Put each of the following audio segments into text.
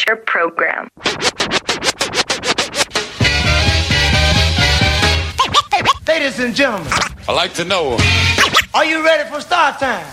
future program. Ladies and gentlemen, I'd like to know, are you ready for start time?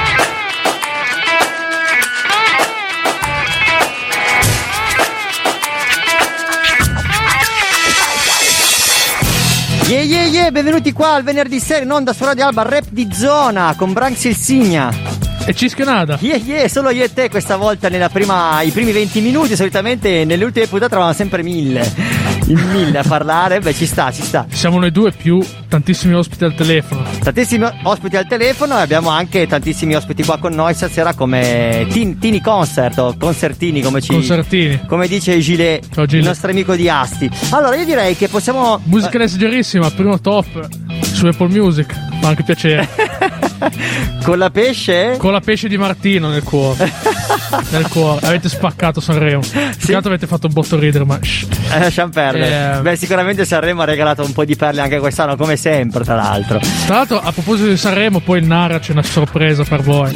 Yeah, benvenuti qua al venerdì sera in onda su Radio Alba, Rap di Zona con Branks il Signa e Cischionada. Solo io e te questa volta i primi 20 minuti. Solitamente nelle ultime puntate eravamo sempre in 1000 a parlare. Beh, ci sta. Siamo noi due più tantissimi ospiti al telefono. E abbiamo anche tantissimi ospiti qua con noi stasera, come Tini Concert o Concertini come dice Gilet, il nostro amico di Asti. Allora io direi che possiamo... Musica leggerissima, primo top su Apple Music, fa anche piacere. Con la pesce? Con la pesce di Martino nel cuore. Avete spaccato Sanremo. Sì? Avete fatto un botto ridere, ma lasciamo perdere. Beh, sicuramente Sanremo ha regalato un po' di perle anche quest'anno, come sempre, tra l'altro. A proposito di Sanremo, poi il Nara c'è una sorpresa per voi.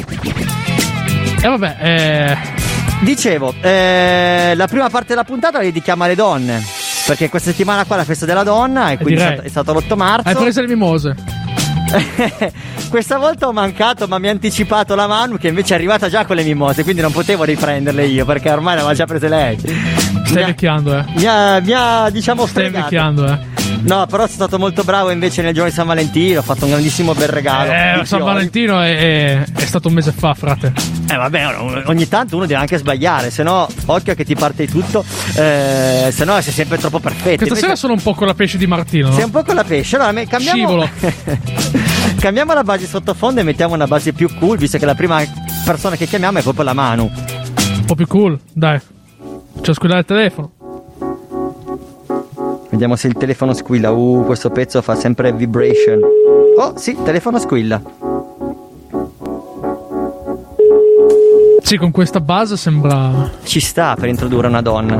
Dicevo, la prima parte della puntata la dedichiamo alle donne, perché questa settimana qua è la festa della donna e quindi è stato l'8 marzo. Hai preso le mimose? Questa volta ho mancato, ma mi ha anticipato la Manu, che invece è arrivata già con le mimose, quindi non potevo riprenderle io perché ormai le aveva già prese lei. Stai vecchiando, mi ha diciamo stai fregato. Vecchiando, No, però sono stato molto bravo invece nel giorno di San Valentino. Ho fatto un grandissimo bel regalo. San Valentino è stato un mese fa, frate. Ogni tanto uno deve anche sbagliare, se no occhio che ti parte tutto. Se no sei sempre troppo perfetto. Questa sera sono un po' con la pesce di Martino, no? Sei un po' con la pesce. Allora cambiamo. Scivolo. Cambiamo la base sottofondo e mettiamo una base più cool, visto che la prima persona che chiamiamo è proprio la Manu. Un po' più cool, dai. C'è a squillare il telefono. Vediamo se il telefono squilla. Questo pezzo fa sempre vibration. Oh, sì, il telefono squilla. Sì, con questa base sembra... Ci sta per introdurre una donna.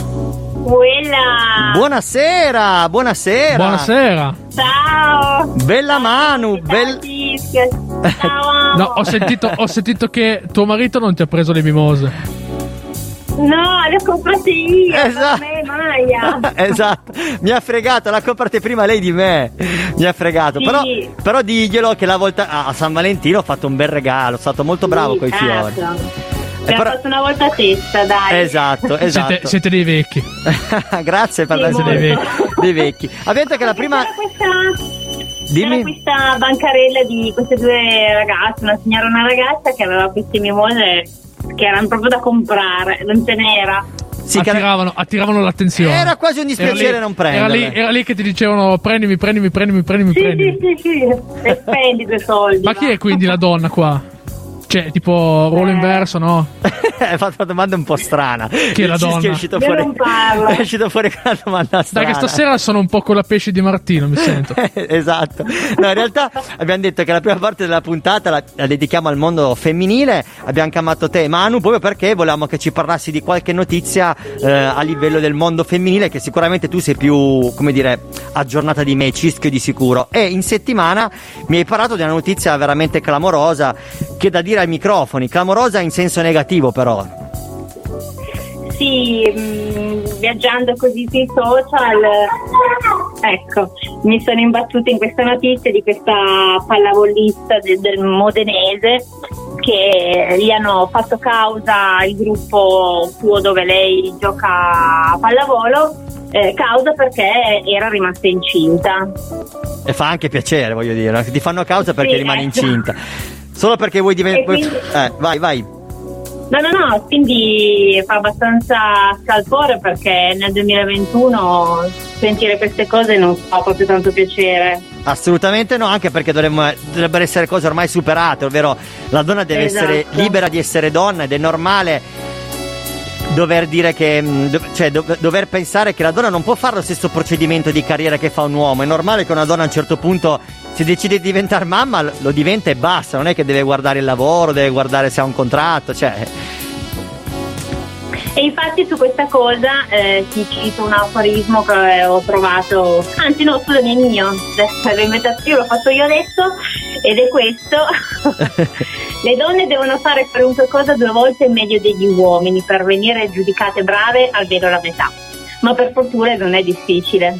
Buonasera. Buonasera. Ciao. Bella Manu. Ciao. No, ho sentito che tuo marito non ti ha preso le mimose. No, le ho comprate io. Esatto. Per me, Maia. Esatto. Mi ha fregato, l'ha comprate prima lei di me. Mi ha fregato. Sì. Però diglielo che la volta a San Valentino ho fatto un bel regalo. Sono stato molto bravo coi fiori. Abbiamo fatto una volta a testa, dai. Esatto. Siete dei vecchi. Grazie per essere dei vecchi. Avete che la prima... C'era questa bancarella di queste due ragazze, una signora e una ragazza, che aveva queste mimose che erano proprio da comprare, non ce n'era. Sì, attiravano l'attenzione. Era quasi un dispiacere non prenderle. Era lì che ti dicevano prendimi. Sì. E spendi 2 soldi. Ma chi è quindi la donna qua? Cioè, tipo ruolo inverso, no? Hai fatto una domanda un po' strana. Chi è la donna? È uscito fuori con una domanda strana. Dai, che stasera sono un po' con la pesce di Martino, mi sento. Esatto. No, in realtà abbiamo detto che la prima parte della puntata la dedichiamo al mondo femminile. Abbiamo chiamato te, Manu, proprio perché volevamo che ci parlassi di qualche notizia a livello del mondo femminile, che sicuramente tu sei più, come dire, aggiornata di me, Cischio di sicuro. E in settimana mi hai parlato di una notizia veramente clamorosa, che da dire ai microfoni, clamorosa in senso negativo però. Sì, viaggiando così sui social, ecco, mi sono imbattuta in questa notizia di questa pallavollista del Modenese, che gli hanno fatto causa il gruppo suo dove lei gioca a pallavolo, causa perché era rimasta incinta. E fa anche piacere, voglio dire, ti fanno causa perché rimani incinta. Solo perché vuoi diventare... Vai. No, quindi fa abbastanza scalpore, perché nel 2021 sentire queste cose non fa proprio tanto piacere. Assolutamente no, anche perché dovrebbero essere cose ormai superate, ovvero la donna deve essere libera di essere donna, ed è normale dover dire che dover pensare che la donna non può fare lo stesso procedimento di carriera che fa un uomo. È normale che una donna a un certo punto, se decide di diventare mamma, lo diventa e basta, non è che deve guardare il lavoro, deve guardare se ha un contratto, E infatti su questa cosa ti cito un aforismo che ho trovato, anzi no, scusami, è mio, adesso l'ho inventato io, l'ho fatto io adesso, ed è questo: le donne devono fare qualunque cosa 2 volte meglio degli uomini per venire giudicate brave almeno la metà, ma per fortuna non è difficile.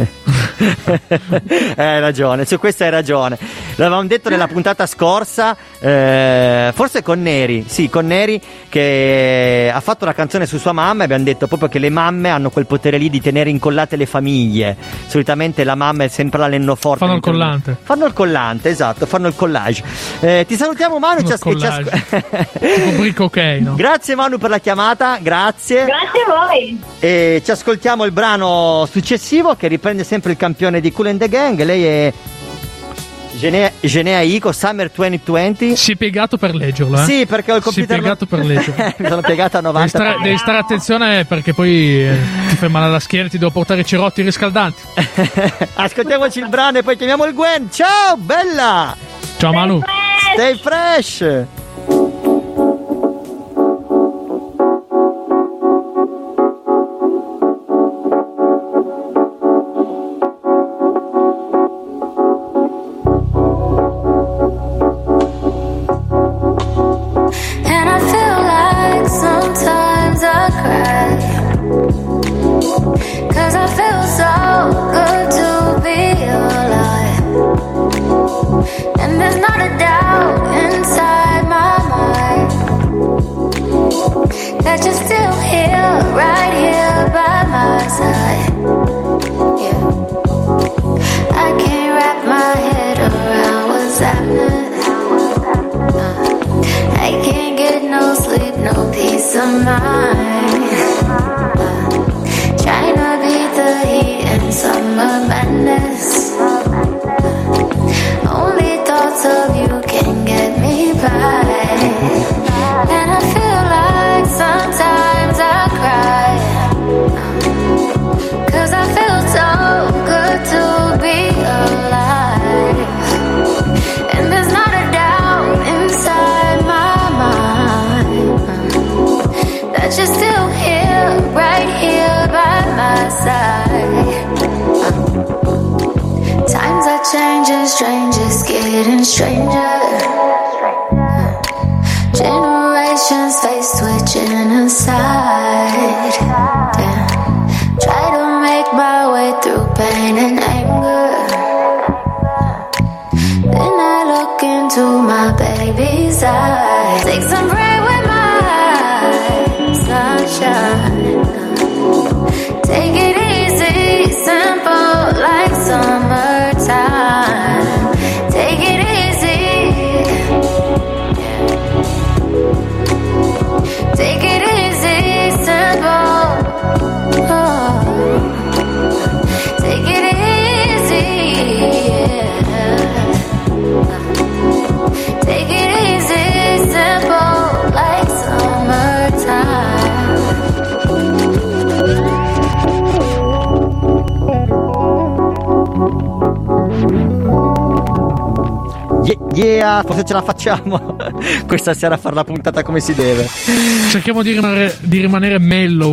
Hai ragione, su questo hai ragione. L'avevamo detto nella puntata scorsa, forse con Neri, sì, con Neri, che ha fatto una canzone su sua mamma, e abbiamo detto proprio che le mamme hanno quel potere lì di tenere incollate le famiglie. Solitamente la mamma è sempre la lennoforte. Fanno il collante. Fanno il collante, esatto, fanno il collage. Ti salutiamo, Manu. Tipo brick, ok, no? Grazie Manu per la chiamata, grazie. Grazie a voi. E ci ascoltiamo il brano successivo, che riprende sempre il campione di Kool and the Gang. Lei è Genea Ico, Summer 2020. Si è piegato per leggerlo, eh? Sì, perché ho il computer. Si è piegato per leggerlo. Mi sono piegato a 90. Devi stare attenzione, perché poi ti fai male alla schiena e ti devo portare i cerotti riscaldanti. Ascoltiamoci il brano e poi chiamiamo il Gwen. Ciao, bella! Ciao Manu. Stay fresh! Forse ce la facciamo questa sera a fare la puntata come si deve. Cerchiamo di rimanere mellow.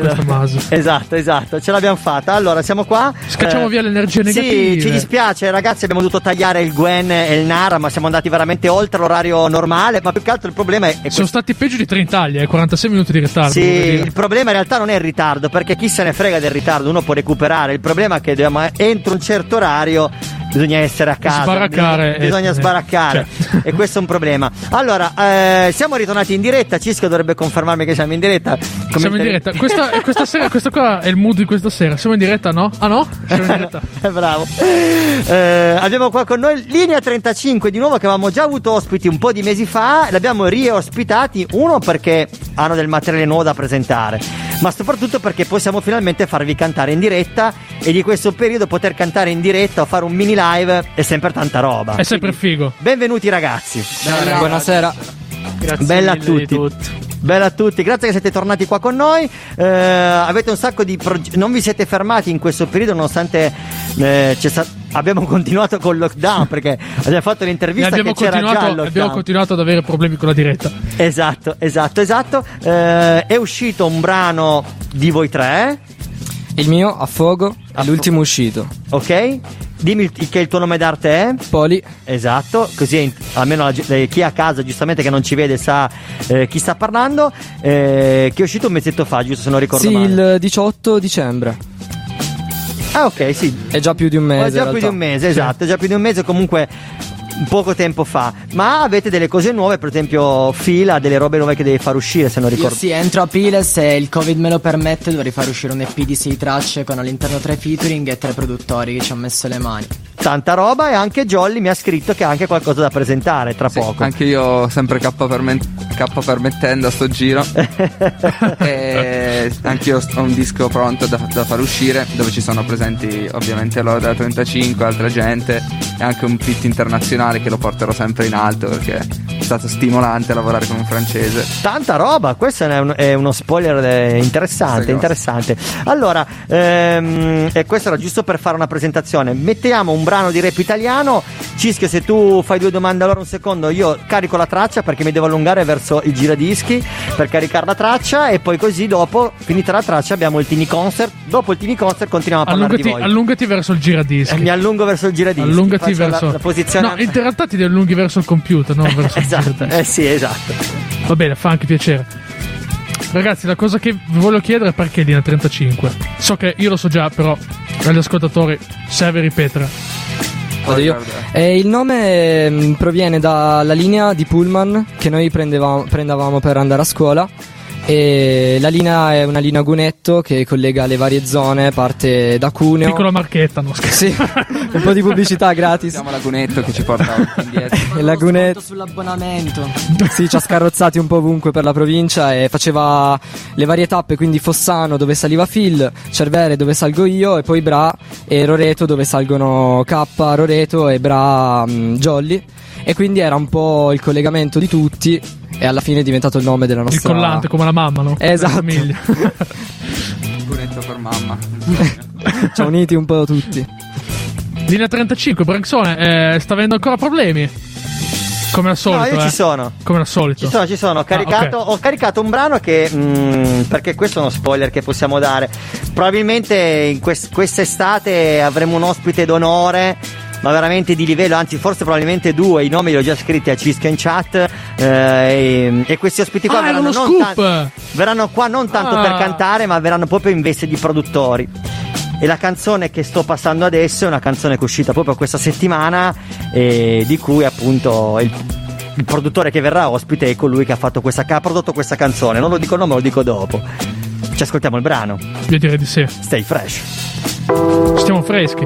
Esatto, ce l'abbiamo fatta. Allora, siamo qua. Scacciamo via l'energia negativa. Sì, ci dispiace ragazzi, abbiamo dovuto tagliare il Gwen e il Nara, ma siamo andati veramente oltre l'orario normale. Ma più che altro il problema è sono stati peggio di 3 in Italia, 46 minuti di ritardo. Sì, il problema in realtà non è il ritardo, perché chi se ne frega del ritardo, uno può recuperare. Il problema è che entro un certo orario bisogna essere a casa, bisogna sbaraccare, e questo è un problema. Allora, siamo ritornati in diretta. Cisco dovrebbe confermarmi che siamo in diretta. Siamo in diretta. Questa sera, questo qua è il mood di questa sera. Siamo in diretta, no? Ah no? Siamo in diretta. Bravo. Abbiamo qua con noi Linea 35 di nuovo, che avevamo già avuto ospiti un po' di mesi fa. L'abbiamo riospitati, uno perché hanno del materiale nuovo da presentare, ma soprattutto perché possiamo finalmente farvi cantare in diretta, e di questo periodo poter cantare in diretta o fare un mini live è sempre tanta roba. È sempre figo. Benvenuti ragazzi. Buonasera. Grazie. Bella a tutti. Bella a tutti, grazie che siete tornati qua con noi. Avete un sacco di non vi siete fermati in questo periodo, nonostante abbiamo continuato col lockdown perché abbiamo fatto l'intervista che c'era già il lockdown. Abbiamo continuato ad avere problemi con la diretta. Esatto. È uscito un brano di voi tre. Il mio, Affogo, è l'ultimo uscito. Ok. Dimmi che il tuo nome d'arte è? Poli. Esatto, così almeno chi è a casa giustamente che non ci vede sa chi sta parlando. Che è uscito un mesetto fa, giusto se non ricordo male. Il 18 dicembre. Ah, ok, sì. È già più di un mese. È già più di un mese, esatto. È già più di un mese, comunque poco tempo fa. Ma avete delle cose nuove, per esempio Phil ha delle robe nuove che deve far uscire, se non ricordo. Io sì, entro aprile, se il Covid me lo permette, dovrei far uscire un EP di 6 tracce con all'interno 3 featuring e 3 produttori che ci hanno messo le mani. Tanta roba, e anche Jolly mi ha scritto che ha anche qualcosa da presentare tra poco. Anche io sempre K permettendo a sto giro. E anche io ho un disco pronto da far uscire, dove ci sono presenti ovviamente loro della 35, altra gente, e anche un feat internazionale che lo porterò sempre in alto perché è stato stimolante lavorare con un francese. Tanta roba, questo è uno spoiler interessante. Allora, e questo era giusto per fare una presentazione. Mettiamo un brano di rap italiano. Cischio, se tu fai 2 domande allora un secondo, io carico la traccia perché mi devo allungare verso il giradischi per caricare la traccia, e poi così dopo, finita la traccia, abbiamo il Tini Concert. Dopo il Tini Concert continuiamo a parlare di voi. Allungati verso il giradischi. Mi allungo verso il giradischi. Allungati verso la posizione. No, in realtà ti allunghi verso il computer, non verso il giradischi. Sì, esatto. Va bene, fa anche piacere. Ragazzi, la cosa che vi voglio chiedere è perché linea 35. So che io lo so già, però agli ascoltatori serve ripetere. Il nome proviene dalla linea di pullman che noi prendevamo per andare a scuola. E la linea è una linea a gunetto che collega le varie zone, parte da Cuneo. Piccola marchetta, no scherzo. Sì, un po' di pubblicità gratis. Siamo la gunetto che ci porta indietro. E la gunetto sull'abbonamento. Sì, ci ha scarrozzati un po' ovunque per la provincia e faceva le varie tappe, quindi Fossano dove saliva Phil, Cervere dove salgo io, e poi Bra e Roreto dove salgono K, Roreto e Bra Jolly. E quindi era un po' il collegamento di tutti, e alla fine è diventato il nome della nostra... Il collante come la mamma, no? Esatto. Famiglia. Gunetto per mamma. Ci ha uniti un po' tutti. Linea 35, Branxone, sta avendo ancora problemi? Come al solito. No, io ci sono. Come al solito. Ci sono. Ho caricato un brano che perché questo è uno spoiler che possiamo dare. Probabilmente in quest'estate avremo un ospite d'onore, ma veramente di livello, anzi forse probabilmente 2, i nomi li ho già scritti a Cischio in chat, e questi ospiti qua verranno qua non tanto per cantare, ma verranno proprio in veste di produttori. E la canzone che sto passando adesso è una canzone che è uscita proprio questa settimana, di cui appunto il produttore che verrà ospite è colui che ha prodotto questa canzone. Non lo dico il nome, lo dico dopo. Ci ascoltiamo il brano. Io direi di sì. Stay fresh. Stiamo freschi.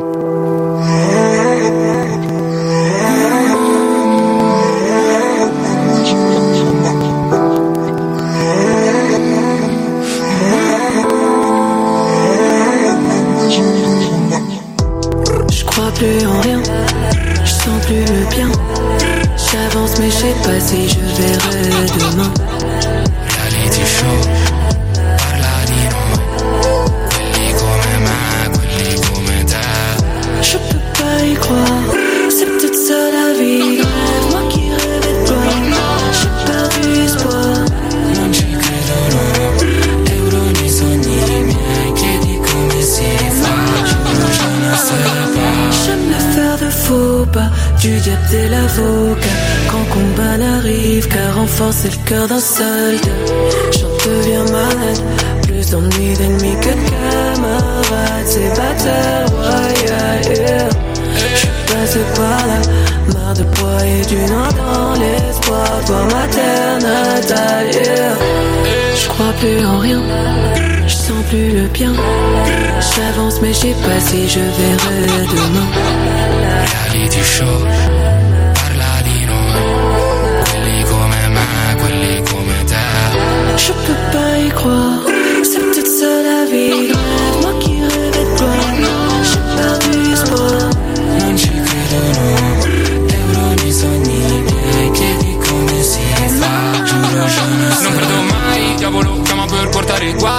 Plus en rien, je sens plus le bien. J'avance mais je sais pas si je verrai demain. Reality show, parla di noi, quelli come me, quelli come te. Je peux pas y croire, c'est peut-être ça la vie. Moi qui rêvais de toi, j'ai perdu espoir. Non ci credo no, euro nei sogni miei, chiedi come si fa, giuro je ne sais pas. J'aime me faire de faux pas, du diable de l'avocat. Quand combat n'arrive qu'à renforcer le cœur d'un soldat. J'en deviens malade, plus d'ennuis d'ennemis que de camarades. C'est bâtard, yeah. J'suis passé par là, marre de poids et du noir dans l'espoir de voir ma terre natale, yeah. J'crois plus en rien, j'sens plus le bien. J'avance mais je sais pas si je verrai demain. Reality show, parla di noi, quelli come me, quelli come te. Je peux pas y croire, c'est peut-être ça la vie. Moi qui rêvais de toi, j'ai perdu espoir. Non ci credo no, euro nei sogni miei, chiedi come si fa, giuro je ne sais. Non credo mai, diavolo chiama per portare i guai.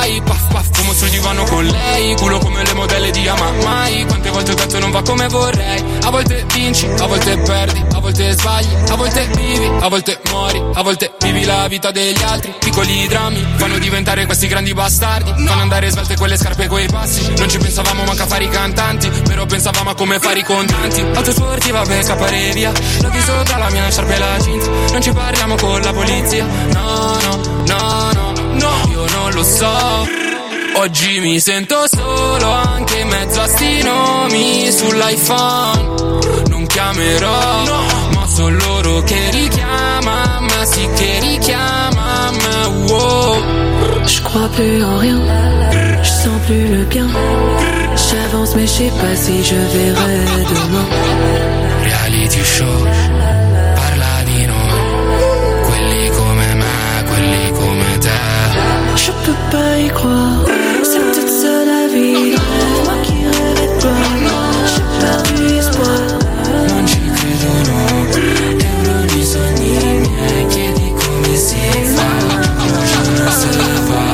sai. Puff puff fumo sul divano con lei, culo come le modelle di Mai. Quante volte ho detto non va come vorrei. A volte vinci, a volte perdi, a volte sbagli, a volte vivi, a volte muori, a volte vivi la vita degli altri. Piccoli drammi fanno diventare questi grandi bastardi, fanno andare svelte quelle scarpe e quei passi. Non ci pensavamo manca a fare i cantanti, però pensavamo a come fare i contanti. Auto sportiva per scappare via, l'ho sopra la mia sciarpa e la jeans. Non ci parliamo con la polizia, no, no, no, no, no. Io non lo so, oggi mi sento solo anche in mezzo a sti nomi sull'iPhone. Non chiamerò, ma sono loro che richiama, ma sì che richiama, ma wow. Je crois plus en rien, je sens plus le bien. J'avance mais je sais pas si je verrai demain. Reality show, parla di noi, quelli come me, quelli come te. Je peux pas y croire, c'est peut-être ça la vie. Moi qui rêvais de toi, j'ai perdu espoir. Non ci credono, erano i sogni miei, chiedi come si fa, non se va.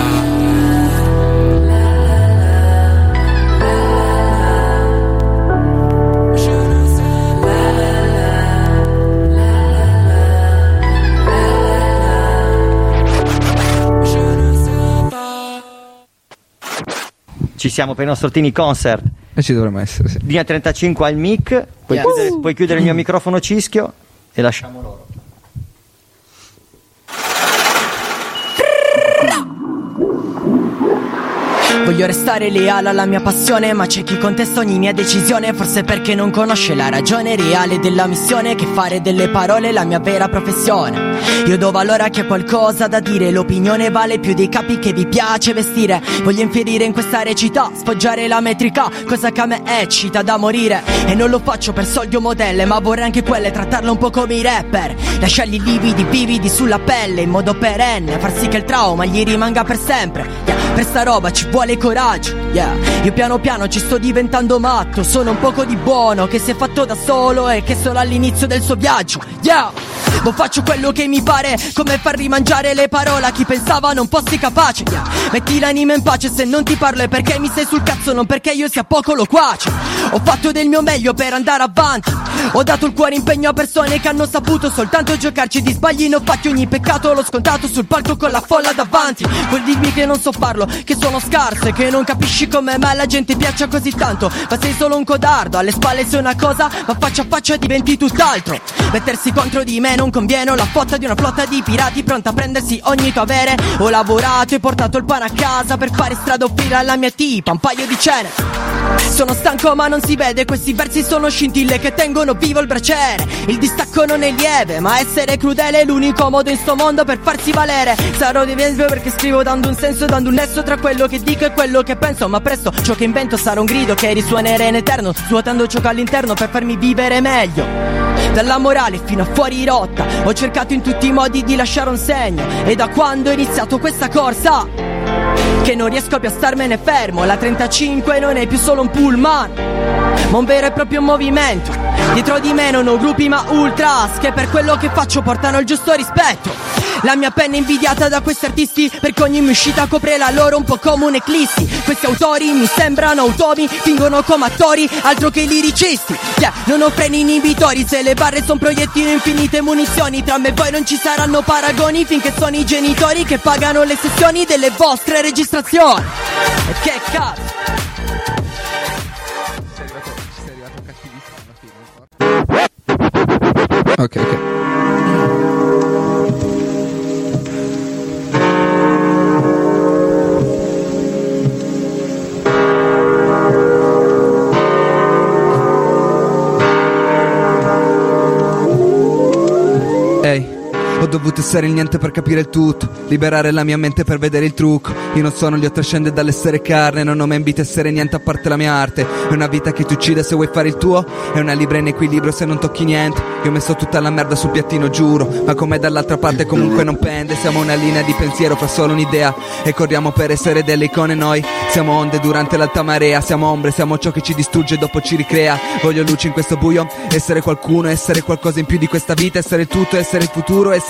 Ci siamo per i nostri Tini Concert. E ci dovremmo essere, sì. Linea 35 al mic. Puoi chiudere il mio microfono Cischio e lasciamo loro. Voglio restare leale alla mia passione, ma c'è chi contesta ogni mia decisione, forse perché non conosce la ragione reale della missione, che fare delle parole è la mia vera professione. Io do valore a chi ha qualcosa da dire, l'opinione vale più dei capi che vi piace vestire. Voglio infierire in questa recità, sfoggiare la metrica, cosa che a me eccita da morire. E non lo faccio per soldi o modelle, ma vorrei anche quelle trattarle un po' come i rapper. Lasciargli lividi, vividi sulla pelle in modo perenne, far sì che il trauma gli rimanga per sempre. Per sta roba ci vuole coraggio, io piano piano ci sto diventando matto. Sono un poco di buono che si è fatto da solo e che solo all'inizio del suo viaggio, non faccio quello che mi pare, come far rimangiare le parole a chi pensava non fossi capace, metti l'anima in pace, se non ti parlo è perché mi sei sul cazzo, non perché io sia poco loquace. Ho fatto del mio meglio per andare avanti, ho dato il cuore impegno a persone che hanno saputo soltanto giocarci di sbagli, ne ho fatti ogni peccato, l'ho scontato sul palco con la folla davanti. Vuol dirmi che non so farlo, che sono scarso e che non capisci come mai la gente piaccia così tanto. Ma sei solo un codardo, alle spalle sei una cosa, ma faccia a faccia diventi tutt'altro. Mettersi contro di me non conviene, ho la fotta di una flotta di pirati pronta a prendersi ogni tuo avere. Ho lavorato e portato il pane a casa per fare strada, offrire alla mia tipa un paio di cene. Sono stanco ma non si vede, questi versi sono scintille che tengono vivo il braciere. Il distacco non è lieve, ma essere crudele è l'unico modo in sto mondo per farsi valere. Sarò di vespe perché scrivo dando un senso, dando un nesso tra quello che dico e quello che penso. Ma presto ciò che invento sarà un grido che risuonerà in eterno, svuotando ciò che all'interno per farmi vivere meglio. Dalla morale fino a fuori rotta, ho cercato in tutti i modi di lasciare un segno. E da quando ho iniziato questa corsa che non riesco più a starmene fermo, la 35 non è più solo un pullman, ma un vero e proprio movimento. Dietro di me non ho gruppi ma ultras, che per quello che faccio portano il giusto rispetto. La mia penna è invidiata da questi artisti, perché ogni mia uscita copre la loro un po' come un'eclissi. Questi autori mi sembrano automi, fingono come attori, altro che liricisti. Non ho freni inibitori, se le barre son proiettili infinite munizioni. Tra me e voi non ci saranno paragoni, finché sono i genitori che pagano le sessioni delle vostre registrazioni. E che cazzo? Sei arrivato cattivissimo alla fine. Ok. Ho dovuto essere il niente per capire il tutto, liberare la mia mente per vedere il trucco. Io non sono lì, trascende dall'essere carne, non ho mai invito a essere niente a parte la mia arte. È una vita che ti uccide se vuoi fare il tuo, è una libra in equilibrio se non tocchi niente. Io ho messo tutta la merda sul piattino, giuro, ma com'è dall'altra parte comunque non pende. Siamo una linea di pensiero fra solo un'idea e corriamo per essere delle icone noi. Siamo onde durante l'alta marea, siamo ombre, siamo ciò che ci distrugge e dopo ci ricrea. Voglio luce in questo buio, essere qualcuno, essere qualcosa in più di questa vita, essere il tutto, essere il futuro, essere capito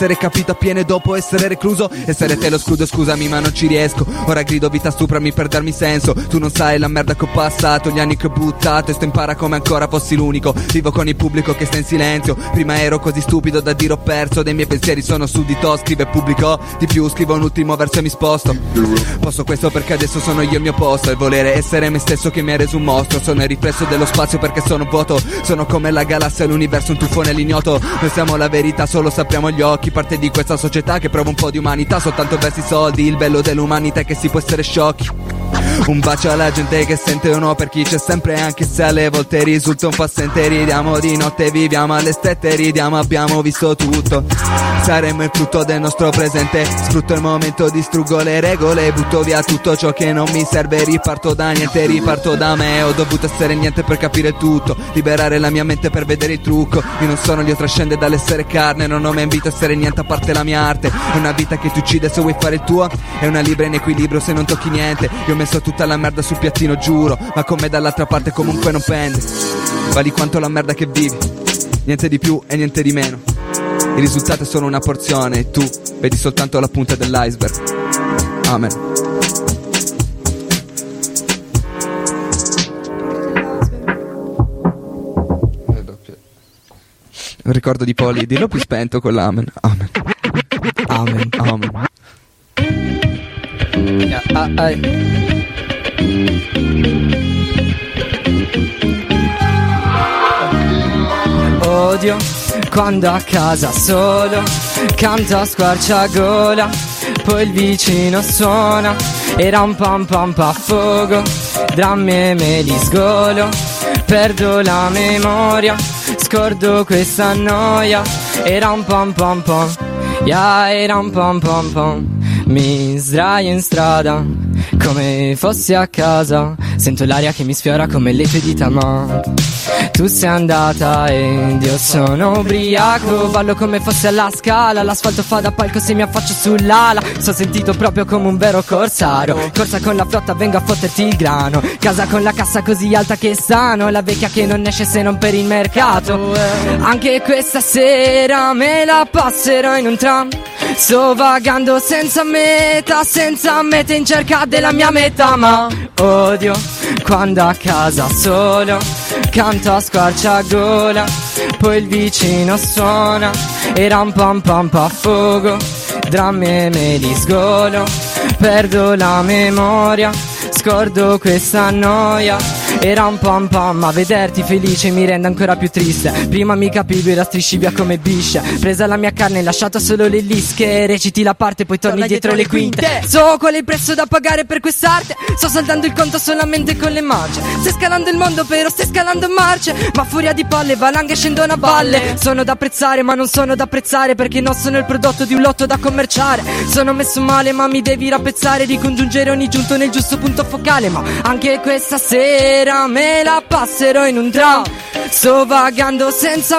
uscita piena dopo essere recluso. Essere te lo scudo, scusami ma non ci riesco. Ora grido vita stuprami per darmi senso. Tu non sai la merda che ho passato, gli anni che ho buttato, e sto impara come ancora fossi l'unico. Vivo con il pubblico che sta in silenzio. Prima ero così stupido da dire ho perso. Dei miei pensieri sono suddito, scrivo e pubblico. Di più scrivo un ultimo verso e mi sposto. Posso questo perché adesso sono io il mio posto. E volere essere me stesso che mi ha reso un mostro. Sono il riflesso dello spazio perché sono vuoto. Sono come la galassia, l'universo, un tuffo nell'ignoto. Noi siamo la verità, solo sapriamo gli occhi. Parte di questa società che prova un po' di umanità soltanto verso i soldi. Il bello dell'umanità è che si può essere sciocchi. Un bacio alla gente che sente o no, per chi c'è sempre anche se alle volte risulta un po' assente. Ridiamo di notte, viviamo alle stette, ridiamo, abbiamo visto tutto. Saremo il frutto del nostro presente. Sfrutto il momento, distruggo le regole, butto via tutto ciò che non mi serve. Riparto da niente, riparto da me. Ho dovuto essere niente per capire tutto. Liberare la mia mente per vedere il trucco. Io non sono, io trascende dall'essere carne. Non ho mai invito a essere niente a parte la mia arte. È una vita che ti uccide se vuoi fare il tuo. È una libra in equilibrio se non tocchi niente. Io ho messo tutta la merda sul piattino, giuro. Ma con me dall'altra parte comunque non pende. Vali quanto la merda che vivi. Niente di più e niente di meno. Il risultato è solo una porzione e tu vedi soltanto la punta dell'iceberg. Amen. Un ricordo di Poli, dillo più spento con l'amen. Amen. Amen. Amen. Odio quando a casa solo canto a squarciagola, poi il vicino suona e ram pam pam pa fogo, drammi e me li sgolo, perdo la memoria, scordo questa noia e ram pam pam pam, yeah, e ram pam pam pam. Mi sdraio in strada come fossi a casa, sento l'aria che mi sfiora come le tue dita, ma tu sei andata ed io sono ubriaco. Ballo come fossi alla Scala, l'asfalto fa da palco se mi affaccio sull'ala. Sto sentito proprio come un vero corsaro, corsa con la flotta vengo a fotterti il grano. Casa con la cassa così alta che sano, la vecchia che non esce se non per il mercato. Anche questa sera me la passerò in un tram, sto vagando senza mete in cerca della mia metà. Ma odio quando a casa solo canto a squarciagola, poi il vicino suona e ram pam pam pa fogo, drammi e me li sgolo, perdo la memoria, scordo questa noia e ram pam pam. Ma vederti felice mi rende ancora più triste. Prima mi capivo e la strisci via come bisce. Presa la mia carne, lasciata solo le lische. Reciti la parte poi torni dietro le quinte. So qual è il prezzo da pagare per quest'arte. Sto saldando il conto solamente con le mance. Stai scalando il mondo però stai scalando a marce. Ma furia di palle, valanghe scendono a valle. Sono da apprezzare ma non sono da apprezzare, perché non sono il prodotto di un lotto da commerciare. Sono messo male ma mi devi rappezzare, ricongiungere ogni giunto nel giusto punto focale. Ma anche questa sera me la passerò in un tram, sto vagando senza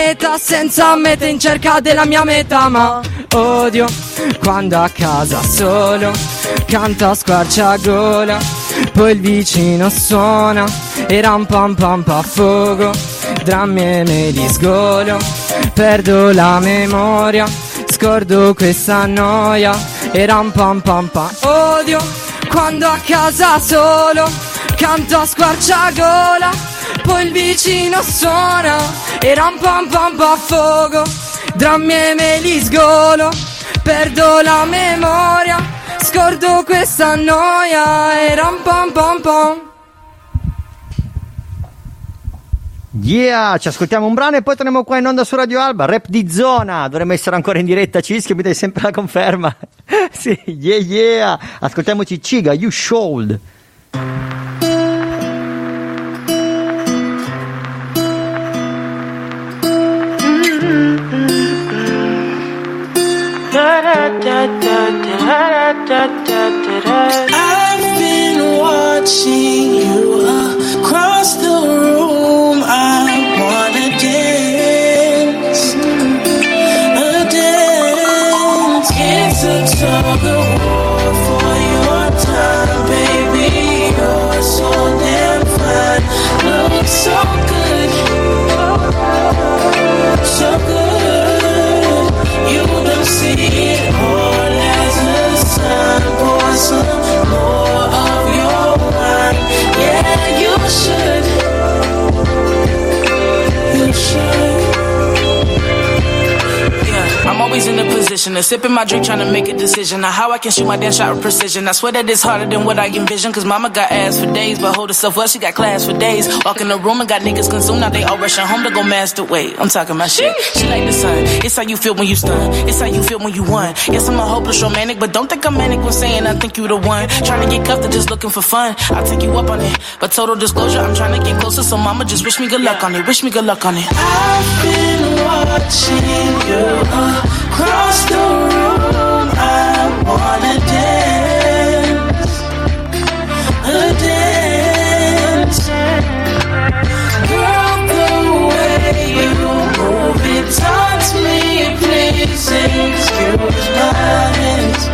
mete in cerca della mia metà. Ma odio quando a casa solo canto a squarciagola, poi il vicino suona e ram pam pam pa fogo, drammi e me li sgolo, perdo la memoria, scordo questa noia e ram pam pam pa. Odio quando a casa solo canto a squarciagola, poi il vicino suona e ram pam pam pa fogo, drammi e me li sgolo, perdo la memoria, scordo questa noia e ram pam pam pam. Yeah, ci ascoltiamo un brano e poi torniamo qua in onda su Radio Alba. Rap di zona, dovremmo essere ancora in diretta. Cischio, mi dai sempre la conferma. Sì, yeah. Ascoltiamoci Ciga, You Should. I've been watching you across the room. I wanna dance, a dance. It's a tug of war for your time, baby. You're so damn fine, look so good, so good. You don't see commissioner. Sipping my drink, trying to make a decision. Now how I can shoot my damn shot with precision. I swear that it's harder than what I envision. Cause mama got ass for days, but hold herself well, she got class for days. Walk in the room and got niggas consumed. Now they all rushing home to go masturbate. I'm talking my shit. She like the sun. It's how you feel when you stun. It's how you feel when you won. Yes, I'm a hopeless romantic, but don't think I'm manic when saying I think you the one. Trying to get cuffed or just looking for fun. I'll take you up on it. But total disclosure, I'm trying to get closer. So mama just wish me good luck on it. Wish me good luck on it. I've been watching you across the room. I wanna dance, a dance. Girl, the way you move it taunts me. Please excuse my hands,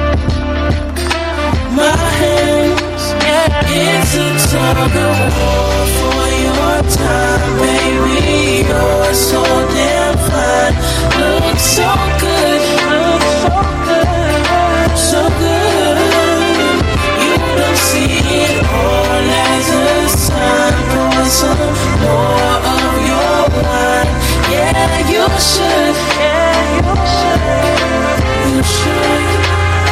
my hands. It's a tug of war for your time, baby. You're so damn fine. Look so good, so good. You don't see it all as a sign for some more of your wine. Yeah, you should. Yeah, you should. You should.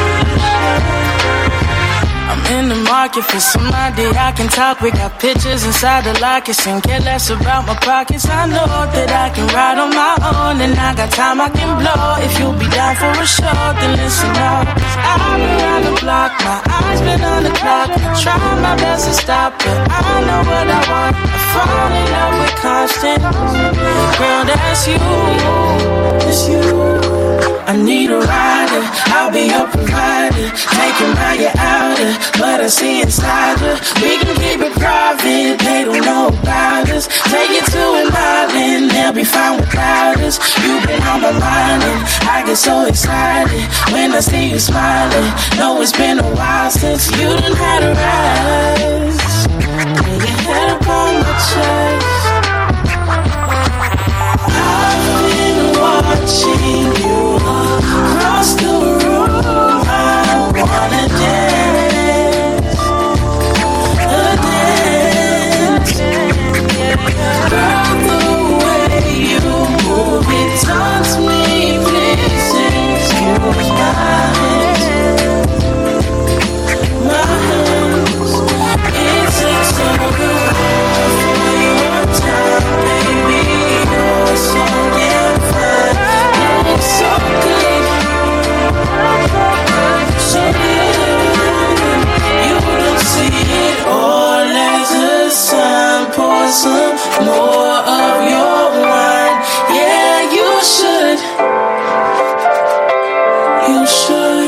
I'm in the market for somebody I can talk with. Got pictures inside the lockets and care less about my pockets. I know that I can ride on my own and I got time I can blow. If you'll be down for a show, then listen up. I've been around the block, my eyes been on the clock. Trying my best to stop it, I know what I want. I fall in love with Constance. Girl, that's you, it's you. I need a rider, I'll be your provider. Take him by your outer, but I see inside her. We can keep it private, they don't know about us. Take it to an island, they'll be fine without us. You've been on my mind and I get so excited when I see you smiling. Know it's been a while since you done had a rise. Lay your head up on my chest. I've been watching you across the room. I wanna dance, a dance. Girl, the way you move it taunts me. Please excuse my hands, my hands. It's a tug of war for your time, baby. You're so damn fine. You're so good, so good. You don't see it all as a sign. Pour some more of your wine. Yeah, you should. You should.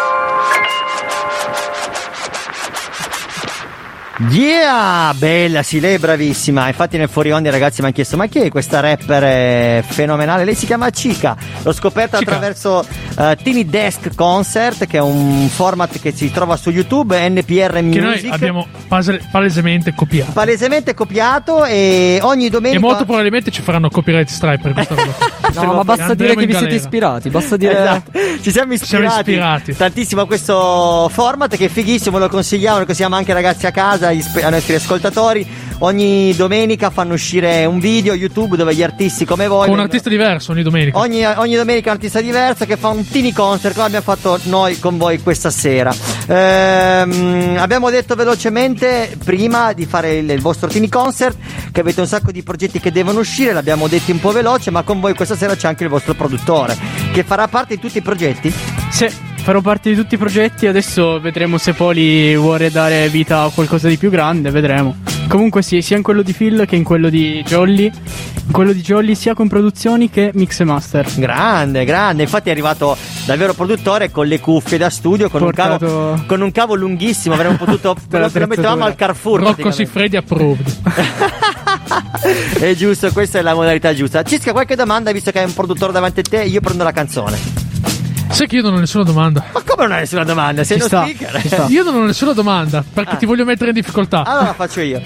Yeah, bella, sì, lei è bravissima. Infatti nel fuori onda i ragazzi mi hanno chiesto: ma chi è questa rapper fenomenale? Lei si chiama Chica. L'ho scoperta attraverso Tiny Desk Concert, che è un format che si trova su YouTube, NPR Music, che noi abbiamo palesemente copiato, e ogni domenica, e molto probabilmente ci faranno copyright strike per questa cosa. No, ma basta dire che vi siete ispirati. Basta dire esatto. Ci siamo ispirati tantissimo a questo format, che è fighissimo, lo consigliamo, lo consigliamo anche ai ragazzi a casa, ai nostri ascoltatori. Ogni domenica fanno uscire un video YouTube dove gli artisti come voi, con un artista diverso ogni domenica. Ogni domenica un artista diverso che fa un tiny concert, come abbiamo fatto noi con voi questa sera. Abbiamo detto velocemente prima di fare il vostro tiny concert che avete un sacco di progetti che devono uscire, l'abbiamo detto un po' veloce, ma con voi questa sera c'è anche il vostro produttore che farà parte di tutti i progetti. Sì, farò parte di tutti i progetti. Adesso vedremo se Poli vuole dare vita a qualcosa di più grande, vedremo. Comunque sì, sia in quello di Phil che in quello di Jolly. In quello di Jolly sia con produzioni che mix e master. Grande, infatti è arrivato dal vero produttore con le cuffie da studio, con un cavo lunghissimo. Avremmo potuto lo mettevamo al Carrefour. Rocco Siffredi approved. È giusto, questa è la modalità giusta. Cisca, qualche domanda, visto che hai un produttore davanti a te? Io prendo la canzone. Sai che io non ho nessuna domanda. Ma come non hai nessuna domanda? Sei uno speaker. Io non ho nessuna domanda perché ti voglio mettere in difficoltà. Allora faccio io.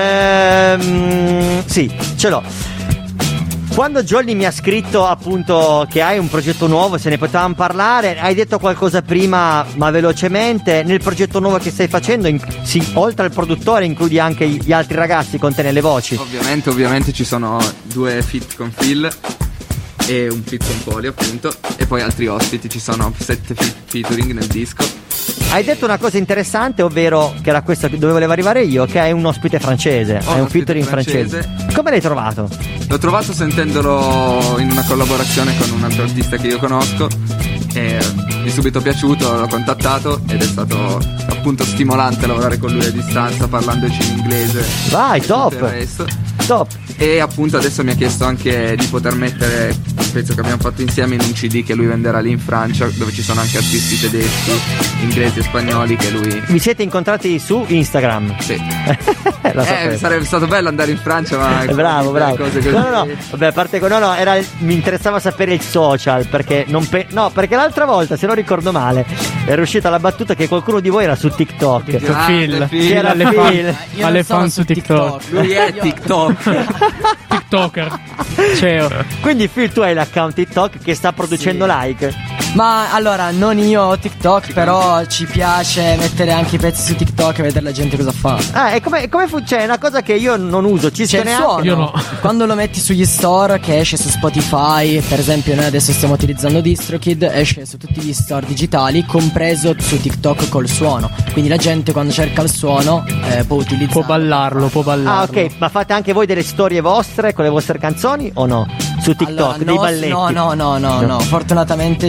Sì, ce l'ho. Quando Jolly mi ha scritto appunto che hai un progetto nuovo, se ne potevamo parlare, hai detto qualcosa prima ma velocemente. Nel progetto nuovo che stai facendo, oltre al produttore includi anche gli altri ragazzi con te nelle voci? Ovviamente ci sono 2 feat con Phil e un feat con Poli appunto, e poi altri ospiti, ci sono 7 featuring nel disco. Hai detto una cosa interessante, ovvero che era questa dove volevo arrivare io, che è un ospite francese, è un featuring francese. Come l'hai trovato? L'ho trovato sentendolo in una collaborazione con un altro artista che io conosco e mi è subito piaciuto, l'ho contattato ed è stato appunto stimolante lavorare con lui a distanza, parlandoci in inglese. Vai, top! Top! E appunto adesso mi ha chiesto anche di poter mettere un pezzo che abbiamo fatto insieme in un CD che lui venderà lì in Francia, dove ci sono anche artisti tedeschi, inglesi e spagnoli che lui... Vi siete incontrati su Instagram? Sì. Sarebbe stato bello andare in Francia, ma... bravo. Cose così. No. Vabbè, a parte mi interessava sapere il social, perché perché l'altra volta, se non ricordo male, era uscita la battuta che qualcuno di voi era su TikTok. Phil. Che era Phil. Alle fan su TikTok. Lui è TikTok. TikToker. CEO. Quindi Phil, tu hai l'account TikTok che sta producendo like? Ma allora, non io ho TikTok, però ci piace mettere anche i pezzi su TikTok e vedere la gente cosa fa. E come funziona? È una cosa che io non uso, C'è il suono. Io no. Quando lo metti sugli store, che esce su Spotify, per esempio noi adesso stiamo utilizzando DistroKid, esce su tutti gli store digitali, compreso su TikTok col suono. Quindi la gente quando cerca il suono può utilizzarlo. Può ballarlo. Ah, ok, ma fate anche voi delle storie vostre con le vostre canzoni o no? Su TikTok, allora, dei balletti? No, fortunatamente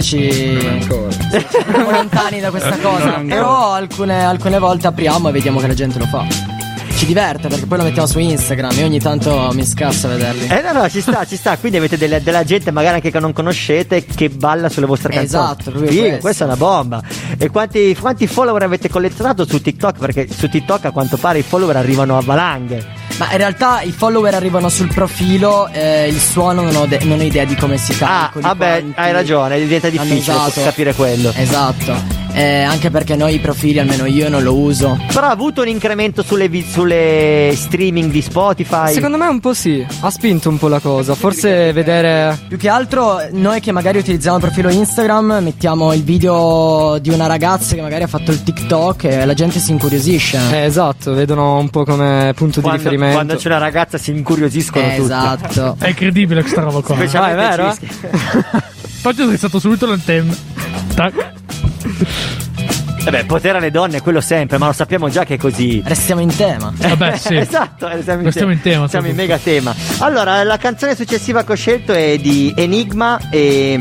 siamo lontani da questa cosa. Però alcune volte apriamo e vediamo che la gente lo fa. Ci diverte perché poi lo mettiamo su Instagram e ogni tanto mi scassa vederli. No, ci sta. Quindi avete della gente magari anche che non conoscete che balla sulle vostre canzoni. Esatto, questa è una bomba. E quanti follower avete collezionato su TikTok? Perché su TikTok a quanto pare i follower arrivano a valanghe. Ma in realtà i follower arrivano sul profilo, il suono non ho idea di come si calcoli. Vabbè, hai ragione, diventa difficile capire quello. Esatto. Anche perché noi i profili, almeno io, non lo uso. Però ha avuto un incremento sulle streaming di Spotify? Secondo me un po' sì. Ha spinto un po' la cosa. Forse vedere... Più che altro noi che magari utilizziamo il profilo Instagram, mettiamo il video di una ragazza che magari ha fatto il TikTok e la gente si incuriosisce. Esatto, vedono un po' come punto di riferimento. Quando c'è una ragazza si incuriosiscono tutti. Esatto. È incredibile questa roba qua. Specialmente è vero? Infatti ho drizzato subito l'antenna. Tac. Potere alle donne, quello sempre, ma lo sappiamo già che è così. Restiamo in tema. Vabbè, sì. Esatto, restiamo in tema. Siamo in mega tema. Allora, la canzone successiva che ho scelto è di Enigma e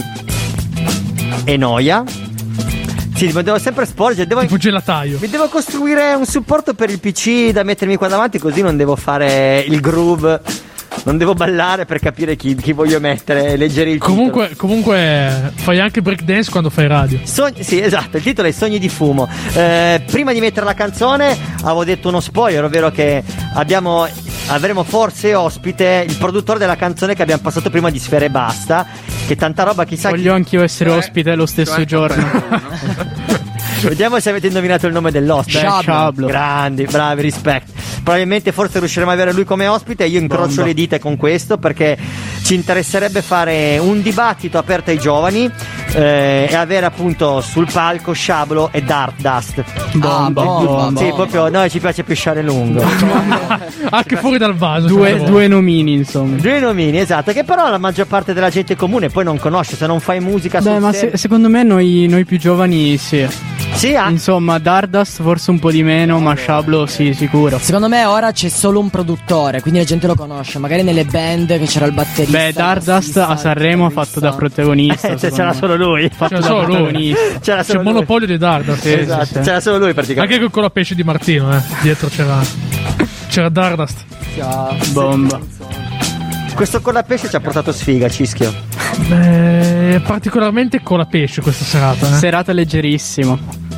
Noia. Sì, mi devo sempre sporgere. Tipo gelataio. Mi devo costruire un supporto per il PC da mettermi qua davanti, così non devo fare il groove. Non devo ballare per capire chi voglio mettere, leggere il titolo. Comunque fai anche breakdance quando fai radio. Sì, esatto, il titolo è Sogni di fumo. Prima di mettere la canzone avevo detto uno spoiler, ovvero che avremo forse ospite il produttore della canzone che abbiamo passato prima di Sfera Ebbasta, che tanta roba chissà. Voglio anch'io essere ospite lo stesso giorno. Vediamo se avete indovinato il nome dell'ospite. Shablo. Grandi, bravi, rispetto. Probabilmente forse riusciremo a avere lui come ospite. Io incrocio le dita con questo, perché ci interesserebbe fare un dibattito aperto ai giovani e avere appunto sul palco Shablo e Dark Dust. Sì, proprio noi ci piace pisciare lungo. Anche fuori dal vaso. Due nomini, insomma. Due nomini, esatto, che però la maggior parte della gente comune poi non conosce, se non fai musica. Ma secondo me noi più giovani sì. Sì, insomma, Dardust forse un po' di meno, ma Shablo sì, sicuro. Secondo me ora c'è solo un produttore, quindi la gente lo conosce. Magari nelle band che c'era il batterista. Beh, Dardust a Sanremo ha fatto da protagonista. C'era solo lui. C'era solo lui. C'è il monopolio di Dardust. Esatto, sì. C'era solo lui praticamente. Anche con la pesce di Martino, dietro c'era Dardust. Bomba. Questo colapesce ci ha portato sfiga, Cischio. Beh, particolarmente colapesce questa serata. Serata leggerissima.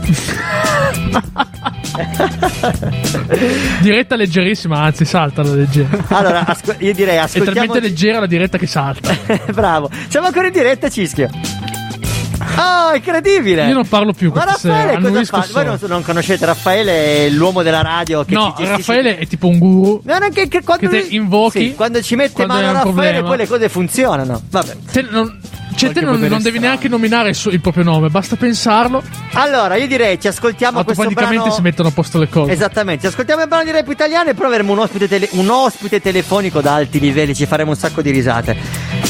Diretta leggerissima, anzi salta la leggera. Allora, io direi ascoltiamo. È talmente leggera la diretta che salta. Bravo. Siamo ancora in diretta, Cischio. Oh, incredibile! Io non parlo più questa sera. Voi non conoscete Raffaele, l'uomo della radio che no, Raffaele è tipo un guru. Non è che quando te invochi. Sì, quando ci mette mano Raffaele poi le cose funzionano. Vabbè. Te non devi neanche nominare il proprio nome, basta pensarlo. Allora, io direi ci ascoltiamo questo brano. Automaticamente si mettono a posto le cose. Esattamente, ci ascoltiamo il brano di rap italiano e poi avremo un ospite telefonico da alti livelli, ci faremo un sacco di risate.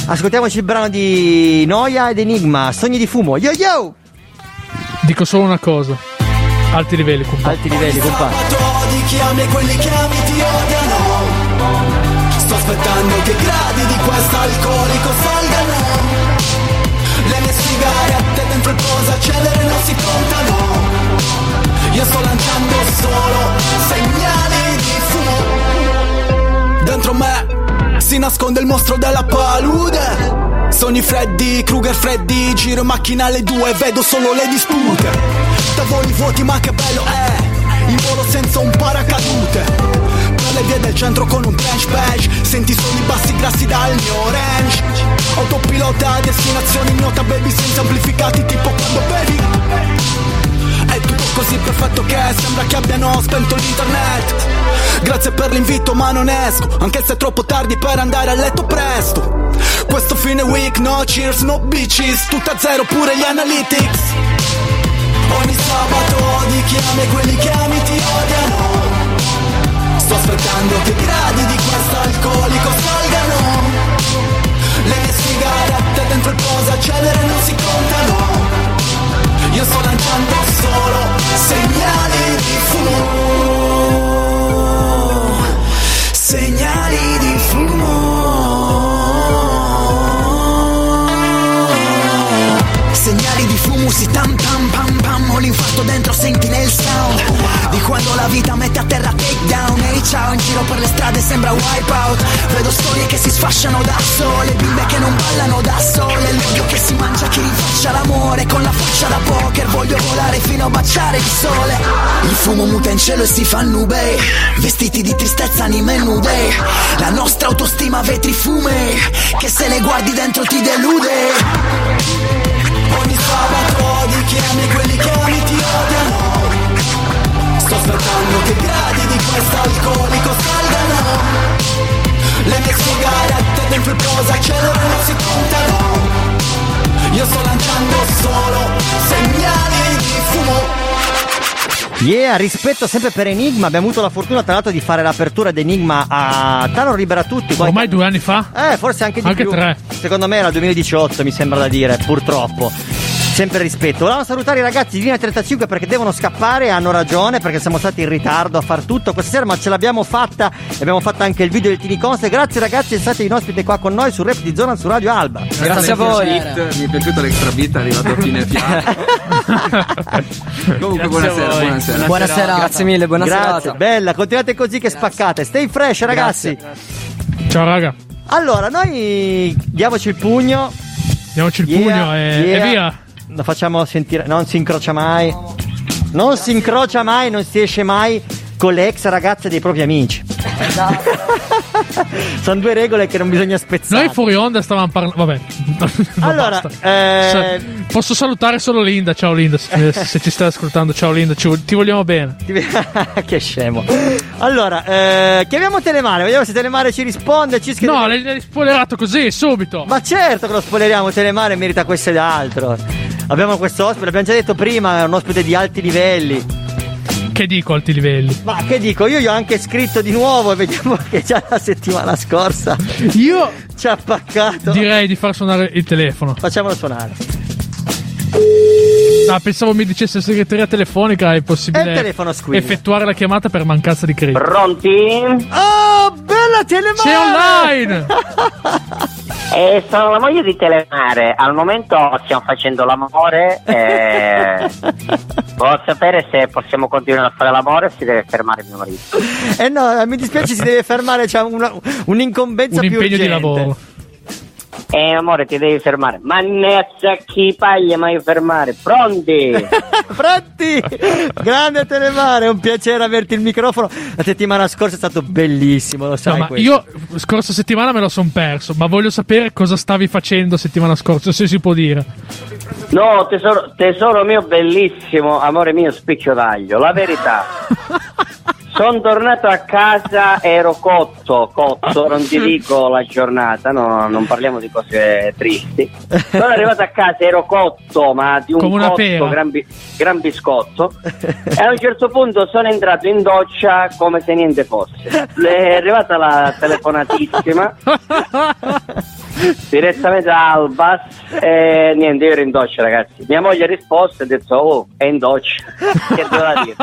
Ascoltiamoci il brano di Noia ed Enigma, Sogni di fumo. Yo yo! Dico solo una cosa. Alti livelli, compagno. Alti livelli, compagno. Odi chi ami e quelli che ami ti odiano. Sto aspettando che i gradi di questo alcolico salgano. Le mie sigarette dentro il posacenere non si contano. Io sto lanciando solo segnali di fumo. Dentro me si nasconde il mostro della palude. Sogni Freddy, Krueger Freddy. Giro in macchina alle 2 e vedo solo le dispute. Tavoli vuoti ma che bello è. In volo senza un paracadute. Per le vie del centro con un trench badge. Senti solo i bassi grassi dal mio range. Autopilota a destinazione ignota, baby, senza amplificati tipo quando bevi. È tutto così perfetto che sembra che abbiano spento l'internet. Grazie per l'invito ma non esco, anche se è troppo tardi per andare a letto presto. Questo fine week no cheers, no bitches, tutto a zero pure gli analytics. Ogni sabato odi chi ami e quelli che ami ti odiano. Sto aspettando che i gradi di questo alcolico salgano. Le mie sigarette dentro il posacenere non si contano. Io sto lanciando solo segnali di fumo. Segnali di fumo. Segnali di fumo, si tam tam pam pam. Ho l'infarto dentro, senti nel sound di quando la vita mette a terra take down. Ehi ciao, in giro per le strade sembra wipeout. Vedo storie che si sfasciano da sole, bimbe che non ballano da sole, l'odio che si mangia chi rifaccia l'amore con la faccia da poker. Voglio volare fino a baciare il sole. Il fumo muta in cielo e si fa nube, vestiti di tristezza, anime nude. La nostra autostima vetri fume, che se le guardi dentro ti delude. Ogni sabato odi chi ami e quelli che ami ti odiano. Sto aspettando che i gradi di questo alcolico salgano. Le mie sigarette dentro il posacenere non si contano. Io sto lanciando solo segnali di fumo. Yeah, rispetto sempre per Enigma. Abbiamo avuto la fortuna tra l'altro di fare l'apertura d'Enigma a Tano Libera Tutti. Ormai 2 anni fa? Forse anche di più. 3. Secondo me era il 2018, mi sembra da dire, purtroppo. Sempre rispetto. Volevamo salutare i ragazzi di Linea 35 perché devono scappare e hanno ragione, perché siamo stati in ritardo a far tutto questa sera, ma ce l'abbiamo fatta e abbiamo fatto anche il video del Tini Conce. Grazie ragazzi, siete in ospite qua con noi su Rap di Zona su Radio Alba. Grazie a voi. Mi è piaciuto l'extra beat, è arrivato a fine fiato. Comunque buonasera. Buonasera. Grazie mille, buona Grazie, serata. bella, continuate così che spaccate. Stay fresh ragazzi. Grazie. Ciao raga. Allora, noi diamoci il pugno. Diamoci il pugno e via. Lo facciamo sentire, non si incrocia mai. Non si incrocia mai, non si esce mai con le ex ragazze dei propri amici. Sono 2 regole che non bisogna spezzare. Noi fuori onda stavamo parlando. Vabbè. Allora, posso salutare solo Linda. Ciao Linda, se ci stai ascoltando. Ciao Linda, ti vogliamo bene. Che scemo. Allora, chiamiamo Telemare. Vediamo se Telemare ci risponde. Ci scrive. No, l'hai spoilerato così, subito. Ma certo che lo spoileriamo. Telemare merita questo ed altro. Abbiamo questo ospite, l'abbiamo già detto prima, è un ospite di alti livelli. Che dico alti livelli? Ma che dico, io gli ho anche scritto di nuovo e vediamo che già la settimana scorsa io ci ha paccato. Direi di far suonare il telefono. Facciamolo suonare. Ah, pensavo mi dicesse segreteria telefonica, è possibile effettuare la chiamata per mancanza di credito. Pronti? Oh, bella Telemare! Sei online! Sono la moglie di Telemare. Al momento stiamo facendo l'amore. Voglio sapere se possiamo continuare a fare l'amore o si deve fermare mio marito. No, mi dispiace, si deve fermare, c'è un'incombenza più urgente. Un impegno di lavoro. Amore, ti devi fermare. Mannezza chi paglia mai fermare. Pronti? Pronti? Grande Telemare, è un piacere averti il microfono. La settimana scorsa è stato bellissimo, lo sai. No, ma io scorsa settimana me lo son perso, ma voglio sapere cosa stavi facendo settimana scorsa, se si può dire. No, tesoro mio bellissimo, amore mio spicchio d'aglio, la verità. Sono tornato a casa, ero cotto, non ti dico la giornata, no, non parliamo di cose tristi. Sono arrivato a casa, ero cotto, ma di un come cotto gran biscotto. E a un certo punto sono entrato in doccia come se niente fosse. È arrivata la telefonatissima. direttamente da Albas e niente, io ero in doccia, ragazzi. Mia moglie ha risposto e ha detto: oh, è in doccia. Che devo dire?